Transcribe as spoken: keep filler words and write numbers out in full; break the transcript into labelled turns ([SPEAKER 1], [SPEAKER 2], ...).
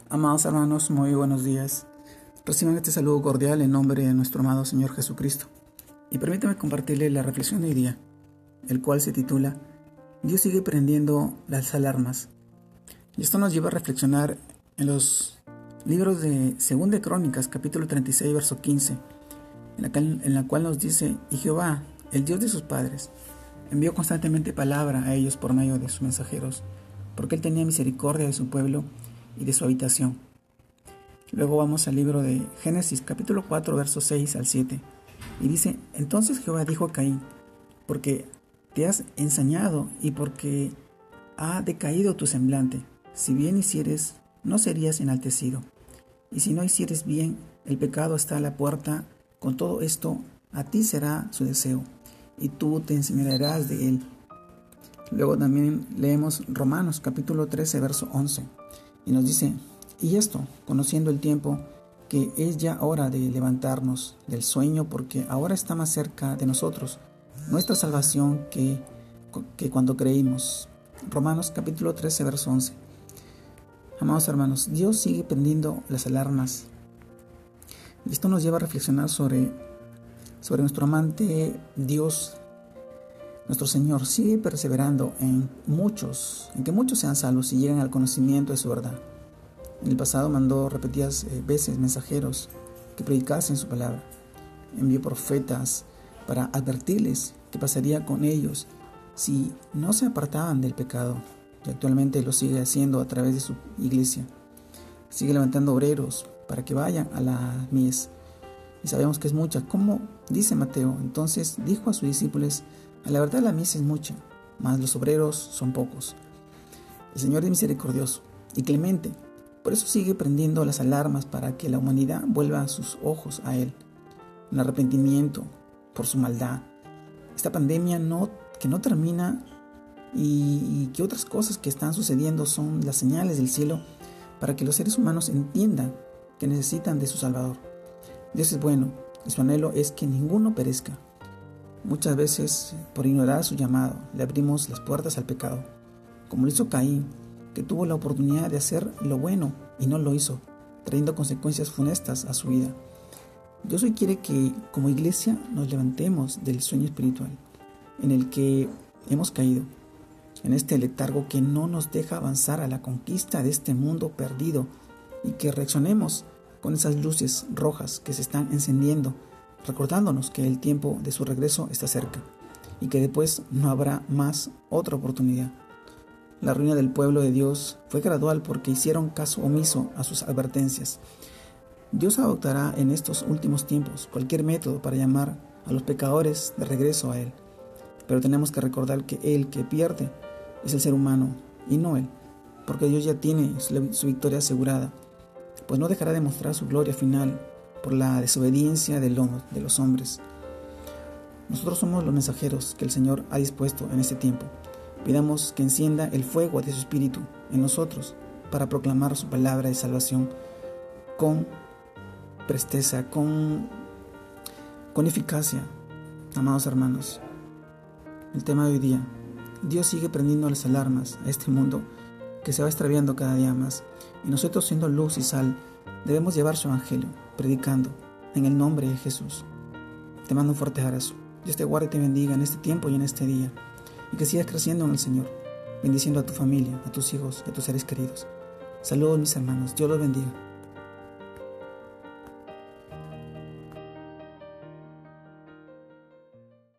[SPEAKER 1] Amados hermanos, muy buenos días. Reciban este saludo cordial en nombre de nuestro amado Señor Jesucristo. Y permítame compartirles la reflexión de hoy día, el cual se titula Dios sigue prendiendo las alarmas. Y esto nos lleva a reflexionar en los libros de Segunda de Crónicas, capítulo treinta y seis, verso quince, en la, cual, en la cual nos dice: Y Jehová, el Dios de sus padres, envió constantemente palabra a ellos por medio de sus mensajeros, porque él tenía misericordia de su pueblo y de su habitación. Luego vamos al libro de Génesis, capítulo cuatro, versos seis al siete, y dice: Entonces Jehová dijo a Caín: porque te has ensañado y porque ha decaído tu semblante, si bien hicieres, no serías enaltecido, y si no hicieres bien, el pecado está a la puerta. Con todo esto, a ti será su deseo, y tú te enseñarás de él. Luego también leemos Romanos, capítulo trece, verso once, y nos dice: Y esto, conociendo el tiempo, que es ya hora de levantarnos del sueño, porque ahora está más cerca de nosotros nuestra salvación que, que cuando creímos. Romanos capítulo trece, verso once. Amados hermanos, Dios sigue prendiendo las alarmas. Y esto nos lleva a reflexionar sobre, sobre nuestro amante Dios. Nuestro Señor sigue perseverando en muchos, en que muchos sean salvos y lleguen al conocimiento de su verdad. En el pasado mandó repetidas veces mensajeros que predicasen su palabra. Envió profetas para advertirles qué pasaría con ellos si no se apartaban del pecado. Y actualmente lo sigue haciendo a través de su iglesia. Sigue levantando obreros para que vayan a la mies. Y sabemos que es mucha. Como dice Mateo, entonces dijo a sus discípulos: a la verdad la mies es mucha, mas los obreros son pocos. El Señor es misericordioso y clemente. Por eso sigue prendiendo las alarmas para que la humanidad vuelva sus ojos a Él, en arrepentimiento por su maldad. Esta pandemia no, que no termina y, y que otras cosas que están sucediendo son las señales del cielo para que los seres humanos entiendan que necesitan de su Salvador. Dios es bueno y su anhelo es que ninguno perezca. Muchas veces, por ignorar su llamado, le abrimos las puertas al pecado, como lo hizo Caín, que tuvo la oportunidad de hacer lo bueno y no lo hizo, trayendo consecuencias funestas a su vida. Dios hoy quiere que, como iglesia, nos levantemos del sueño espiritual en el que hemos caído, en este letargo que no nos deja avanzar a la conquista de este mundo perdido, y que reaccionemos con esas luces rojas que se están encendiendo, recordándonos que el tiempo de su regreso está cerca y que después no habrá más otra oportunidad. La ruina del pueblo de Dios fue gradual porque hicieron caso omiso a sus advertencias. Dios adoptará en estos últimos tiempos cualquier método para llamar a los pecadores de regreso a Él. Pero tenemos que recordar que el que pierde es el ser humano y no Él, porque Dios ya tiene su victoria asegurada, pues no dejará de mostrar su gloria final por la desobediencia de los hombres. Nosotros somos los mensajeros que el Señor ha dispuesto en este tiempo. Pidamos que encienda el fuego de su Espíritu en nosotros para proclamar su palabra de salvación con presteza, con, con eficacia. Amados hermanos, el tema de hoy día: Dios sigue prendiendo las alarmas a este mundo que se va extraviando cada día más, y nosotros, siendo luz y sal, debemos llevar su evangelio, predicando en el nombre de Jesús. Te mando un fuerte abrazo. Dios te guarde y te bendiga en este tiempo y en este día, y que sigas creciendo en el Señor, bendiciendo a tu familia, a tus hijos y a tus seres queridos. Saludos, mis hermanos. Dios los bendiga.